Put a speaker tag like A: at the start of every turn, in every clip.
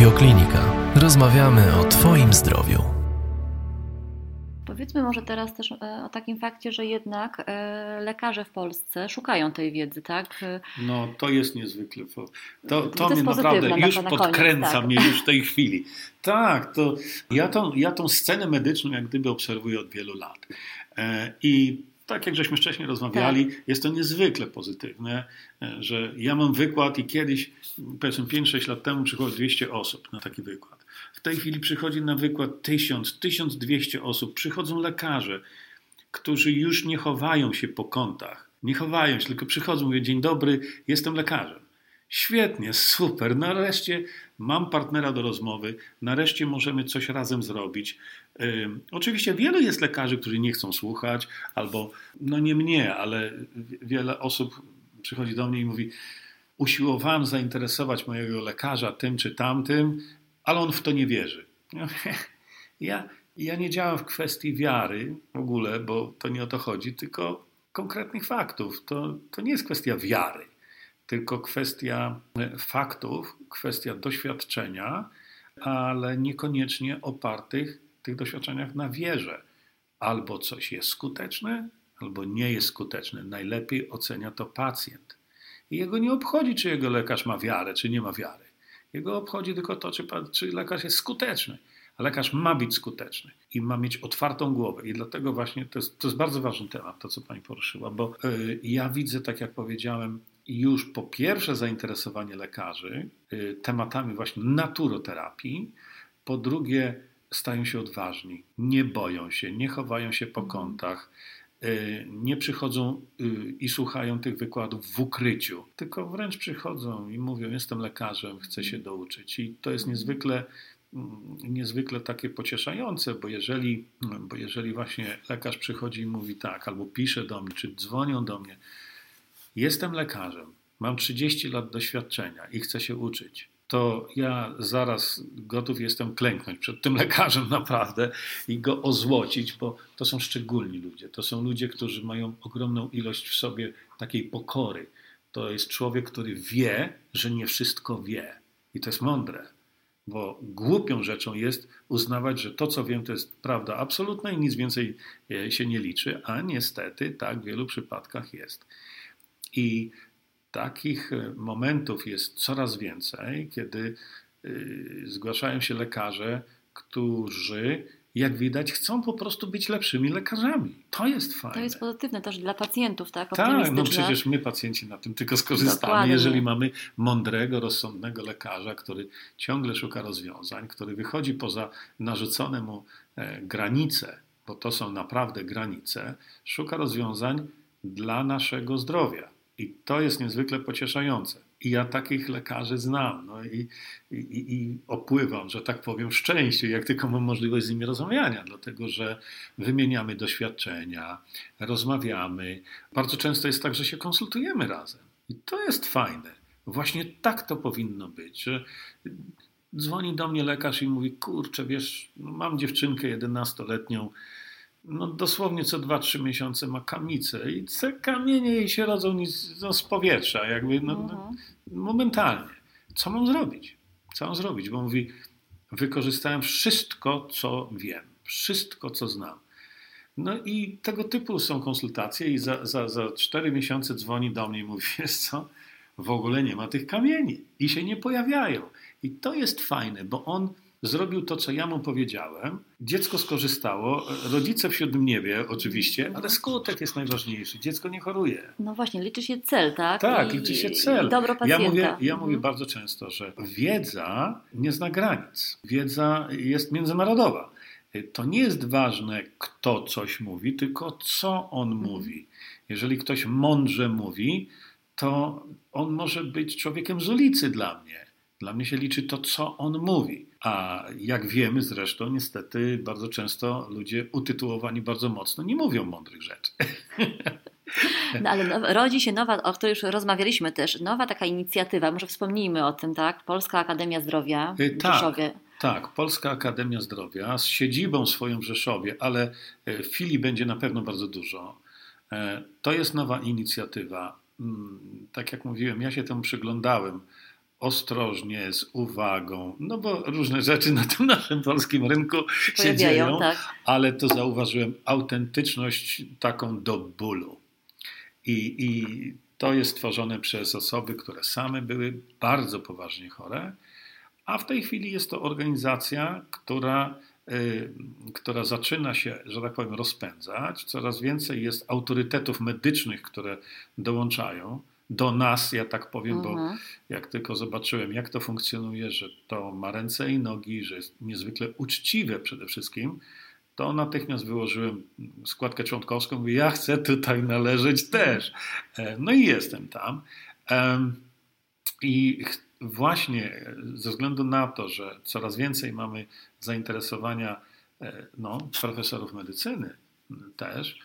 A: Radioklinika. Rozmawiamy o Twoim zdrowiu.
B: Powiedzmy może teraz też o takim fakcie, że jednak lekarze w Polsce szukają tej wiedzy, tak?
C: No to jest niezwykle. To
B: jest
C: mnie naprawdę już
B: na
C: podkręca
B: koniec, tak.
C: mnie już w tej chwili. Tak, to ja tą scenę medyczną jak gdyby obserwuję od wielu lat. I tak jak żeśmy wcześniej rozmawiali, jest to niezwykle pozytywne, że ja mam wykład i kiedyś, powiedzmy 5-6 lat temu przychodzi 200 osób na taki wykład. W tej chwili przychodzi na wykład 1200 osób. Przychodzą lekarze, którzy już nie chowają się po kątach. Nie chowają się, tylko przychodzą i mówią: dzień dobry, jestem lekarzem. Świetnie, super, nareszcie mam partnera do rozmowy, nareszcie możemy coś razem zrobić. Oczywiście wielu jest lekarzy, którzy nie chcą słuchać, albo, no nie mnie, ale wiele osób przychodzi do mnie i mówi: usiłowałem zainteresować mojego lekarza tym czy tamtym, ale on w to nie wierzy. Ja nie działam w kwestii wiary w ogóle, bo to nie o to chodzi, tylko konkretnych faktów. To nie jest kwestia wiary, tylko kwestia faktów, kwestia doświadczenia, ale niekoniecznie opartych w tych doświadczeniach na wierze. Albo coś jest skuteczne, albo nie jest skuteczne. Najlepiej ocenia to pacjent. I jego nie obchodzi, czy jego lekarz ma wiarę, czy nie ma wiary. Jego obchodzi tylko to, czy lekarz jest skuteczny. A lekarz ma być skuteczny i ma mieć otwartą głowę. I dlatego właśnie to jest bardzo ważny temat, to co pani poruszyła, bo ja widzę, tak jak powiedziałem, już po pierwsze zainteresowanie lekarzy tematami właśnie naturoterapii, po drugie stają się odważni, nie boją się, nie chowają się po kątach, nie przychodzą i słuchają tych wykładów w ukryciu, tylko wręcz przychodzą i mówią: jestem lekarzem, chcę się douczyć. I to jest niezwykle takie pocieszające, bo jeżeli właśnie lekarz przychodzi i mówi tak, albo pisze do mnie, czy dzwonią do mnie: jestem lekarzem, mam 30 lat doświadczenia i chcę się uczyć, to ja zaraz gotów jestem klęknąć przed tym lekarzem naprawdę i go ozłocić, bo to są szczególni ludzie. To są ludzie, którzy mają ogromną ilość w sobie takiej pokory. To jest człowiek, który wie, że nie wszystko wie. I to jest mądre, bo głupią rzeczą jest uznawać, że to, co wiem, to jest prawda absolutna i nic więcej się nie liczy, a niestety tak w wielu przypadkach jest. I takich momentów jest coraz więcej, kiedy zgłaszają się lekarze, którzy, jak widać, chcą po prostu być lepszymi lekarzami. To jest fajne.
B: To jest pozytywne też dla pacjentów, tak?
C: Tak, no przecież my pacjenci na tym tylko skorzystamy, dokładnie, jeżeli mamy mądrego, rozsądnego lekarza, który ciągle szuka rozwiązań, który wychodzi poza narzucone mu granice, bo to są naprawdę granice, szuka rozwiązań dla naszego zdrowia. I to jest niezwykle pocieszające. I ja takich lekarzy znam. No i opływam, że tak powiem, w szczęściu, jak tylko mam możliwość z nimi rozmawiania, dlatego że wymieniamy doświadczenia, rozmawiamy. Bardzo często jest tak, że się konsultujemy razem. I to jest fajne. Właśnie tak to powinno być, że dzwoni do mnie lekarz i mówi: kurczę, wiesz, mam dziewczynkę 11-letnią, no dosłownie co 2-3 miesiące ma kamicę i te kamienie jej się rodzą z powietrza, jakby momentalnie. Co mam zrobić? Bo mówi: wykorzystałem wszystko, co wiem, wszystko, co znam. No i tego typu są konsultacje i za 4 miesiące dzwoni do mnie i mówi: wiesz co, w ogóle nie ma tych kamieni i się nie pojawiają. I to jest fajne, bo on zrobił to, co ja mu powiedziałem. Dziecko skorzystało, rodzice w siódmniebie oczywiście, ale skutek jest najważniejszy. Dziecko nie choruje.
B: No właśnie, liczy się cel, tak?
C: Tak, liczy się cel.
B: I dobro pacjenta.
C: Ja mówię bardzo często, że wiedza nie zna granic. Wiedza jest międzynarodowa. To nie jest ważne, kto coś mówi, tylko co on mówi. Jeżeli ktoś mądrze mówi, to on może być człowiekiem z ulicy dla mnie. Dla mnie się liczy to, co on mówi. A jak wiemy zresztą, niestety bardzo często ludzie utytułowani bardzo mocno nie mówią mądrych rzeczy.
B: No ale rodzi się nowa, o której już rozmawialiśmy też, nowa taka inicjatywa, może wspomnijmy o tym, tak? Polska Akademia Zdrowia w Rzeszowie.
C: Tak, Polska Akademia Zdrowia z siedzibą swoją w Rzeszowie, ale filii będzie na pewno bardzo dużo. To jest nowa inicjatywa. Tak jak mówiłem, ja się temu przyglądałem ostrożnie, z uwagą, no bo różne rzeczy na tym naszym polskim rynku się dzieją,
B: tak.
C: ale to zauważyłem autentyczność taką do bólu. I to jest stworzone przez osoby, które same były bardzo poważnie chore, a w tej chwili jest to organizacja, która zaczyna się, że tak powiem, rozpędzać. Coraz więcej jest autorytetów medycznych, które dołączają do nas, ja tak powiem, bo jak tylko zobaczyłem, jak to funkcjonuje, że to ma ręce i nogi, że jest niezwykle uczciwe przede wszystkim, to natychmiast wyłożyłem składkę członkowską, mówię, ja chcę tutaj należeć też. No i jestem tam. I właśnie ze względu na to, że coraz więcej mamy zainteresowania profesorów medycyny też,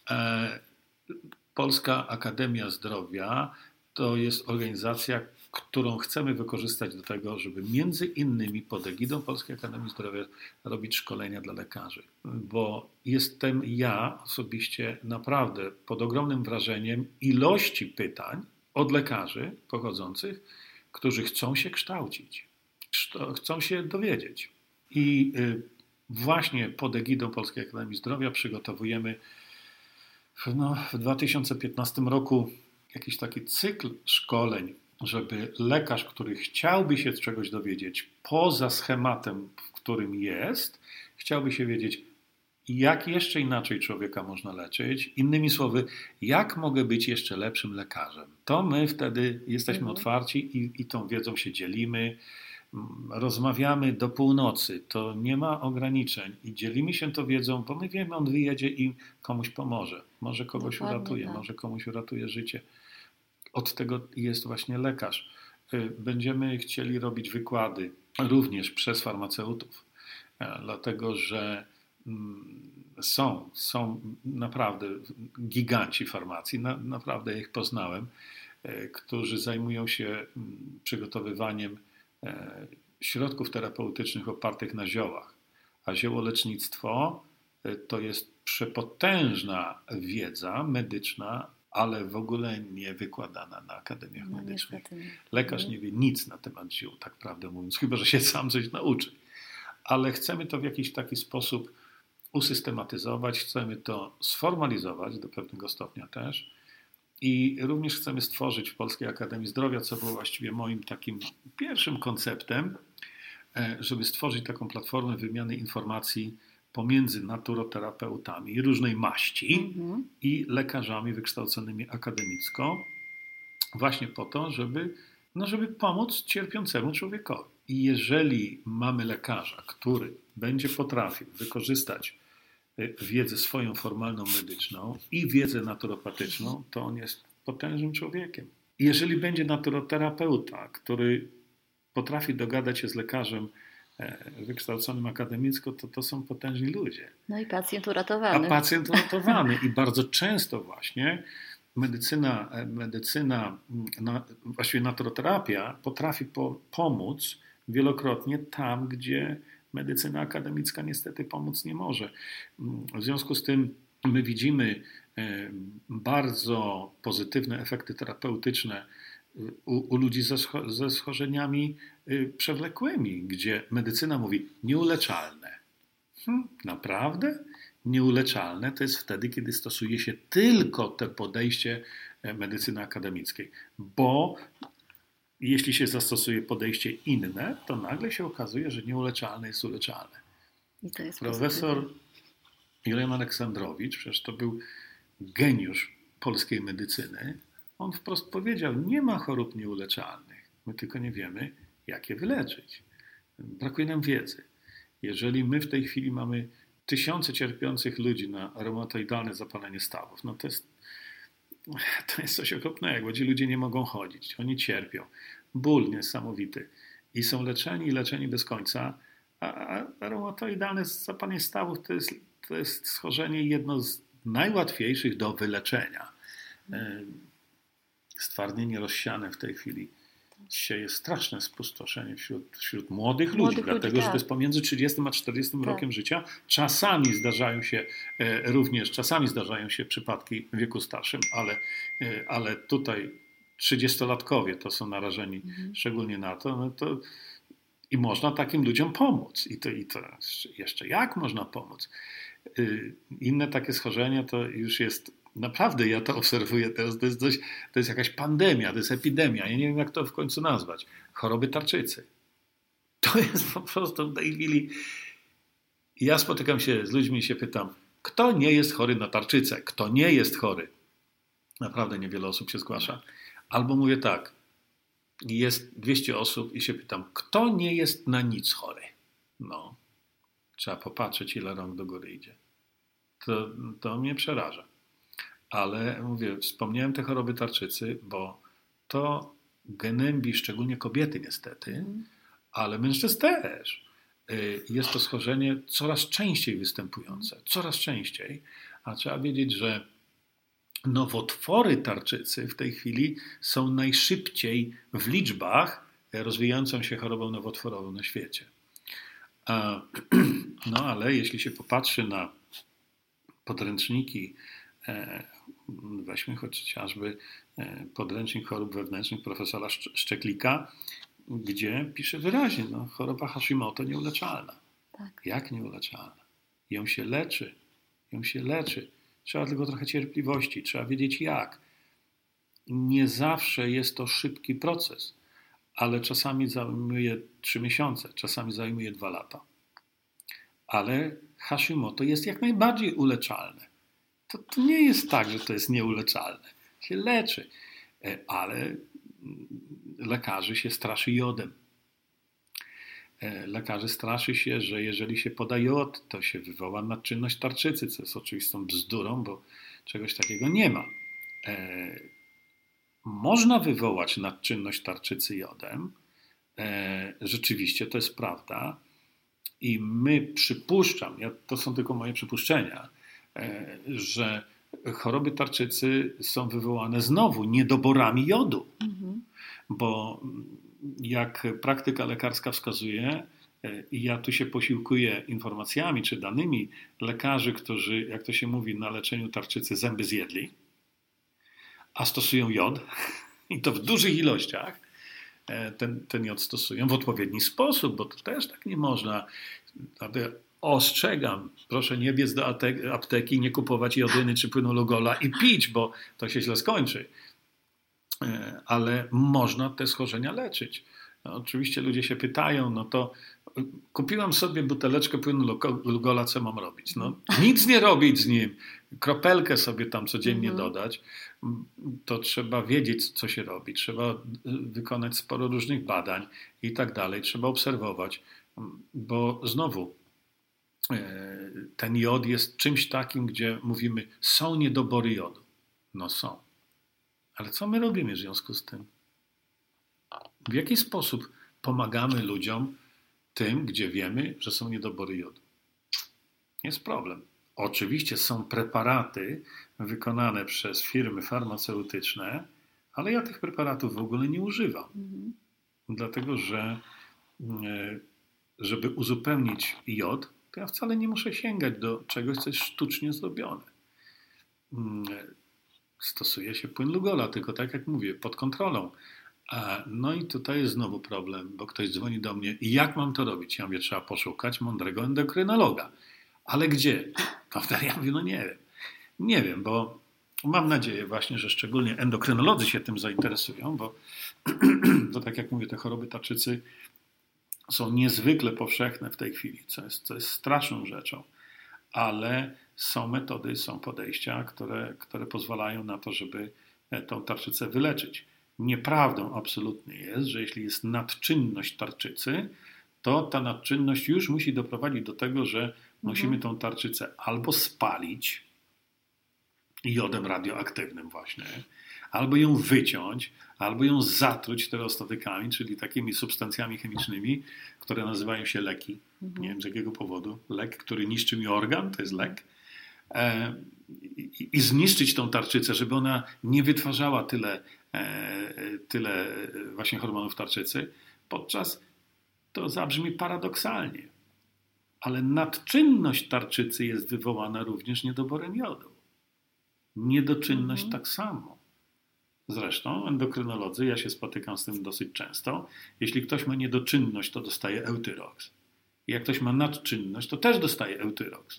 C: Polska Akademia Zdrowia to jest organizacja, którą chcemy wykorzystać do tego, żeby między innymi pod egidą Polskiej Akademii Zdrowia robić szkolenia dla lekarzy. Bo jestem ja osobiście naprawdę pod ogromnym wrażeniem ilości pytań od lekarzy pochodzących, którzy chcą się kształcić, chcą się dowiedzieć. I właśnie pod egidą Polskiej Akademii Zdrowia przygotowujemy w 2015 roku jakiś taki cykl szkoleń, żeby lekarz, który chciałby się czegoś dowiedzieć poza schematem, w którym jest, chciałby się wiedzieć, jak jeszcze inaczej człowieka można leczyć. Innymi słowy, jak mogę być jeszcze lepszym lekarzem. To my wtedy jesteśmy otwarci i tą wiedzą się dzielimy. Rozmawiamy do północy, to nie ma ograniczeń i dzielimy się tą wiedzą, bo my wiemy, on wyjedzie i komuś pomoże. Może kogoś uratuje, może komuś uratuje życie. Od tego jest właśnie lekarz. Będziemy chcieli robić wykłady również przez farmaceutów, dlatego że są naprawdę giganci farmacji, naprawdę ich poznałem, którzy zajmują się przygotowywaniem środków terapeutycznych opartych na ziołach. A ziołolecznictwo to jest przepotężna wiedza medyczna, ale w ogóle nie wykładana na akademiach medycznych. Lekarz nie wie nic na temat ziół, tak prawdę mówiąc, chyba że się sam coś nauczy. Ale chcemy to w jakiś taki sposób usystematyzować, chcemy to sformalizować do pewnego stopnia też. I również chcemy stworzyć w Polskiej Akademii Zdrowia, co było właściwie moim takim pierwszym konceptem, żeby stworzyć taką platformę wymiany informacji pomiędzy naturoterapeutami różnej maści i lekarzami wykształconymi akademicko, właśnie po to, żeby pomóc cierpiącemu człowiekowi. I jeżeli mamy lekarza, który będzie potrafił wykorzystać wiedzę swoją formalną medyczną i wiedzę naturopatyczną, to on jest potężnym człowiekiem. Jeżeli będzie naturoterapeuta, który potrafi dogadać się z lekarzem wykształconym akademicko, to są potężni ludzie.
B: No i pacjent uratowany.
C: A pacjent uratowany. I bardzo często właśnie medycyna, właściwie naturoterapia potrafi pomóc wielokrotnie tam, gdzie medycyna akademicka niestety pomóc nie może. W związku z tym my widzimy bardzo pozytywne efekty terapeutyczne u ludzi ze schorzeniami przewlekłymi, gdzie medycyna mówi nieuleczalne. Naprawdę? Nieuleczalne to jest wtedy, kiedy stosuje się tylko to podejście medycyny akademickiej, bo jeśli się zastosuje podejście inne, to nagle się okazuje, że nieuleczalne jest uleczalne.
B: I to jest
C: Profesor Julian Aleksandrowicz, przecież to był geniusz polskiej medycyny, on wprost powiedział, nie ma chorób nieuleczalnych, my tylko nie wiemy, jak je wyleczyć. Brakuje nam wiedzy. Jeżeli my w tej chwili mamy tysiące cierpiących ludzi na reumatoidalne zapalenie stawów, no to jest coś okropnego, ci ludzie nie mogą chodzić, oni cierpią. Ból niesamowity. I są leczeni bez końca, a reumatoidalne zapalenie stawów to jest schorzenie jedno z najłatwiejszych do wyleczenia. Stwardnienie rozsiane w tej chwili sieje straszne spustoszenie wśród młodych ludzi, dlatego że to jest pomiędzy 30 a 40 rokiem życia. Czasami zdarzają się przypadki w wieku starszym, ale tutaj 30-latkowie to są narażeni szczególnie na to, no to i można takim ludziom pomóc. I to jeszcze jak można pomóc? Inne takie schorzenia to już jest, naprawdę ja to obserwuję teraz, to jest jakaś pandemia, to jest epidemia, ja nie wiem jak to w końcu nazwać. Choroby tarczycy. To jest po prostu w tej chwili, ja spotykam się z ludźmi i się pytam, kto nie jest chory na tarczycę? Kto nie jest chory? Naprawdę niewiele osób się zgłasza. Albo mówię tak, jest 200 osób i się pytam, kto nie jest na nic chory? No, trzeba popatrzeć, ile rąk do góry idzie. To mnie przeraża. Ale mówię, wspomniałem te choroby tarczycy, bo to gnębi szczególnie kobiety niestety, ale mężczyzn też. Jest to schorzenie coraz częściej występujące. Coraz częściej. A trzeba wiedzieć, że nowotwory tarczycy w tej chwili są najszybciej w liczbach rozwijającą się chorobą nowotworową na świecie. No ale jeśli się popatrzy na podręczniki, weźmy chociażby podręcznik chorób wewnętrznych profesora Szczeklika, gdzie pisze wyraźnie, no, choroba Hashimoto nieuleczalna.
B: Tak.
C: Jak nieuleczalna? Ją się leczy. Trzeba tylko trochę cierpliwości, trzeba wiedzieć jak. Nie zawsze jest to szybki proces, ale czasami zajmuje 3 miesiące, czasami zajmuje 2 lata. Ale Hashimoto jest jak najbardziej uleczalne. To nie jest tak, że to jest nieuleczalne. Się leczy, ale lekarzy się straszy jodem. Lekarzy straszy się, że jeżeli się poda jod, to się wywoła nadczynność tarczycy, co jest oczywistą bzdurą, bo czegoś takiego nie ma. Można wywołać nadczynność tarczycy jodem. Rzeczywiście to jest prawda. I my przypuszczam, to są tylko moje przypuszczenia, że choroby tarczycy są wywołane znowu niedoborami jodu. Bo jak praktyka lekarska wskazuje, i ja tu się posiłkuję informacjami czy danymi lekarzy, którzy, jak to się mówi, na leczeniu tarczycy zęby zjedli, a stosują jod, i to w dużych ilościach, ten jod stosują w odpowiedni sposób, bo to też tak nie można. Ostrzegam, proszę nie biec do apteki, nie kupować jodyny czy płynu Lugola i pić, bo to się źle skończy. Ale można te schorzenia leczyć. No, oczywiście ludzie się pytają, no to kupiłam sobie buteleczkę płynu Lugola, co mam robić? No, nic nie robić z nim. Kropelkę sobie tam codziennie dodać. To trzeba wiedzieć, co się robi. Trzeba wykonać sporo różnych badań i tak dalej. Trzeba obserwować, bo znowu ten jod jest czymś takim, gdzie mówimy, są niedobory jodu. No są. Ale co my robimy w związku z tym? W jaki sposób pomagamy ludziom tym, gdzie wiemy, że są niedobory jodu? Jest problem. Oczywiście są preparaty wykonane przez firmy farmaceutyczne, ale ja tych preparatów w ogóle nie używam. Dlatego, że żeby uzupełnić jod, to ja wcale nie muszę sięgać do czegoś, co jest sztucznie zrobione. Stosuje się płyn Lugola, tylko tak jak mówię, pod kontrolą. No i tutaj jest znowu problem, bo ktoś dzwoni do mnie i jak mam to robić? Ja mówię, trzeba poszukać mądrego endokrynologa. Ale gdzie? No wtedy ja mówię, no nie wiem. Nie wiem, bo mam nadzieję właśnie, że szczególnie endokrynolodzy się tym zainteresują, bo to tak jak mówię, te choroby tarczycy są niezwykle powszechne w tej chwili, co jest straszną rzeczą. Ale są metody, są podejścia, które pozwalają na to, żeby tą tarczycę wyleczyć. Nieprawdą absolutnie jest, że jeśli jest nadczynność tarczycy, to ta nadczynność już musi doprowadzić do tego, że musimy tą tarczycę albo spalić jodem radioaktywnym właśnie, albo ją wyciąć, albo ją zatruć stereostatykami, czyli takimi substancjami chemicznymi, które nazywają się leki. Nie wiem z jakiego powodu. Lek, który niszczy mi organ, to jest lek. I zniszczyć tą tarczycę, żeby ona nie wytwarzała tyle właśnie hormonów tarczycy, podczas to zabrzmi paradoksalnie, ale nadczynność tarczycy jest wywołana również niedoborem jodu. Niedoczynność tak samo. Zresztą endokrynolodzy, ja się spotykam z tym dosyć często, jeśli ktoś ma niedoczynność, to dostaje Euthyrox. Jak ktoś ma nadczynność, to też dostaje Euthyrox.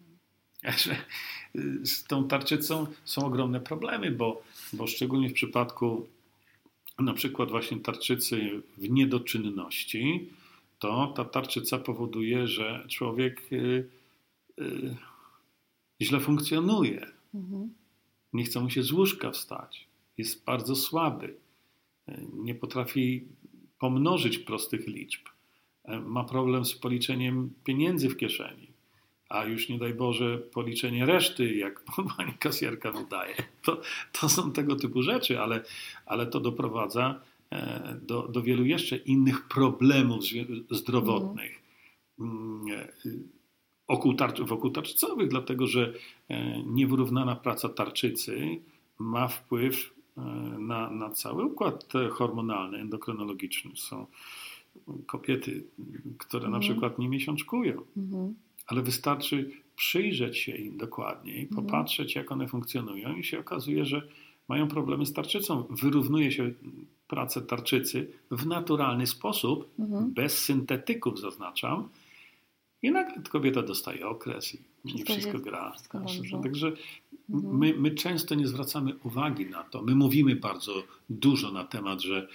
C: Z tą tarczycą są ogromne problemy, bo szczególnie w przypadku na przykład właśnie tarczycy w niedoczynności, to ta tarczyca powoduje, że człowiek źle funkcjonuje. Nie chce mu się z łóżka wstać. Jest bardzo słaby. Nie potrafi pomnożyć prostych liczb. Ma problem z policzeniem pieniędzy w kieszeni. A już nie daj Boże policzenie reszty, jak pani kasjerka wydaje. To są tego typu rzeczy, ale to doprowadza do wielu jeszcze innych problemów zdrowotnych wokół tarczycowych, dlatego że niewyrównana praca tarczycy ma wpływ na cały układ hormonalny, endokrynologiczny. Są kobiety, które na przykład nie miesiączkują, ale wystarczy przyjrzeć się im dokładniej, popatrzeć, jak one funkcjonują i się okazuje, że mają problemy z tarczycą. Wyrównuje się pracę tarczycy w naturalny sposób, bez syntetyków, zaznaczam, i nagle kobieta dostaje okres i wszystko gra. Także my często nie zwracamy uwagi na to. My mówimy bardzo dużo na temat, że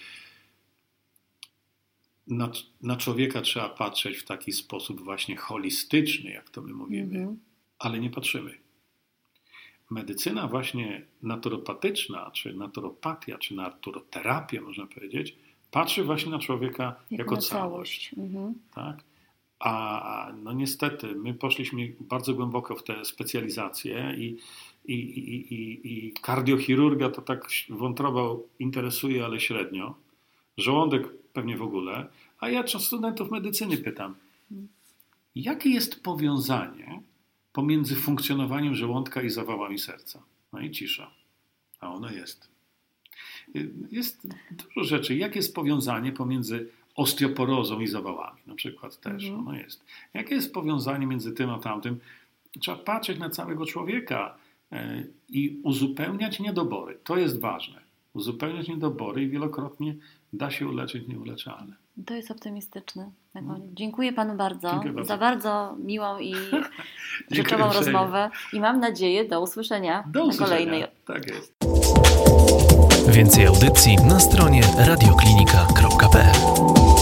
C: na człowieka trzeba patrzeć w taki sposób właśnie holistyczny, jak to my mówimy, ale nie patrzymy. Medycyna właśnie naturopatyczna, czy naturopatia, czy naturoterapia, można powiedzieć, patrzy właśnie na człowieka jako całość. Tak? A no niestety, my poszliśmy bardzo głęboko w te specjalizacje i kardiochirurga to tak wątroba interesuje, ale średnio. Żołądek pewnie w ogóle. A ja studentów medycyny pytam, jakie jest powiązanie pomiędzy funkcjonowaniem żołądka i zawałami serca? No i cisza. A ono jest. Jest dużo rzeczy. Jakie jest powiązanie pomiędzy osteoporozą i zawałami? Na przykład też ono jest. Jakie jest powiązanie między tym a tamtym? Trzeba patrzeć na całego człowieka i uzupełniać niedobory. To jest ważne. Uzupełniać niedobory i wielokrotnie da się uleczyć nieuleczalne.
B: To jest optymistyczne. Dziękuję Panu bardzo za bardzo miłą i rzeczową rozmowę i mam nadzieję do usłyszenia na kolejnej.
C: Tak jest.
A: Więcej audycji na stronie radioklinika.pl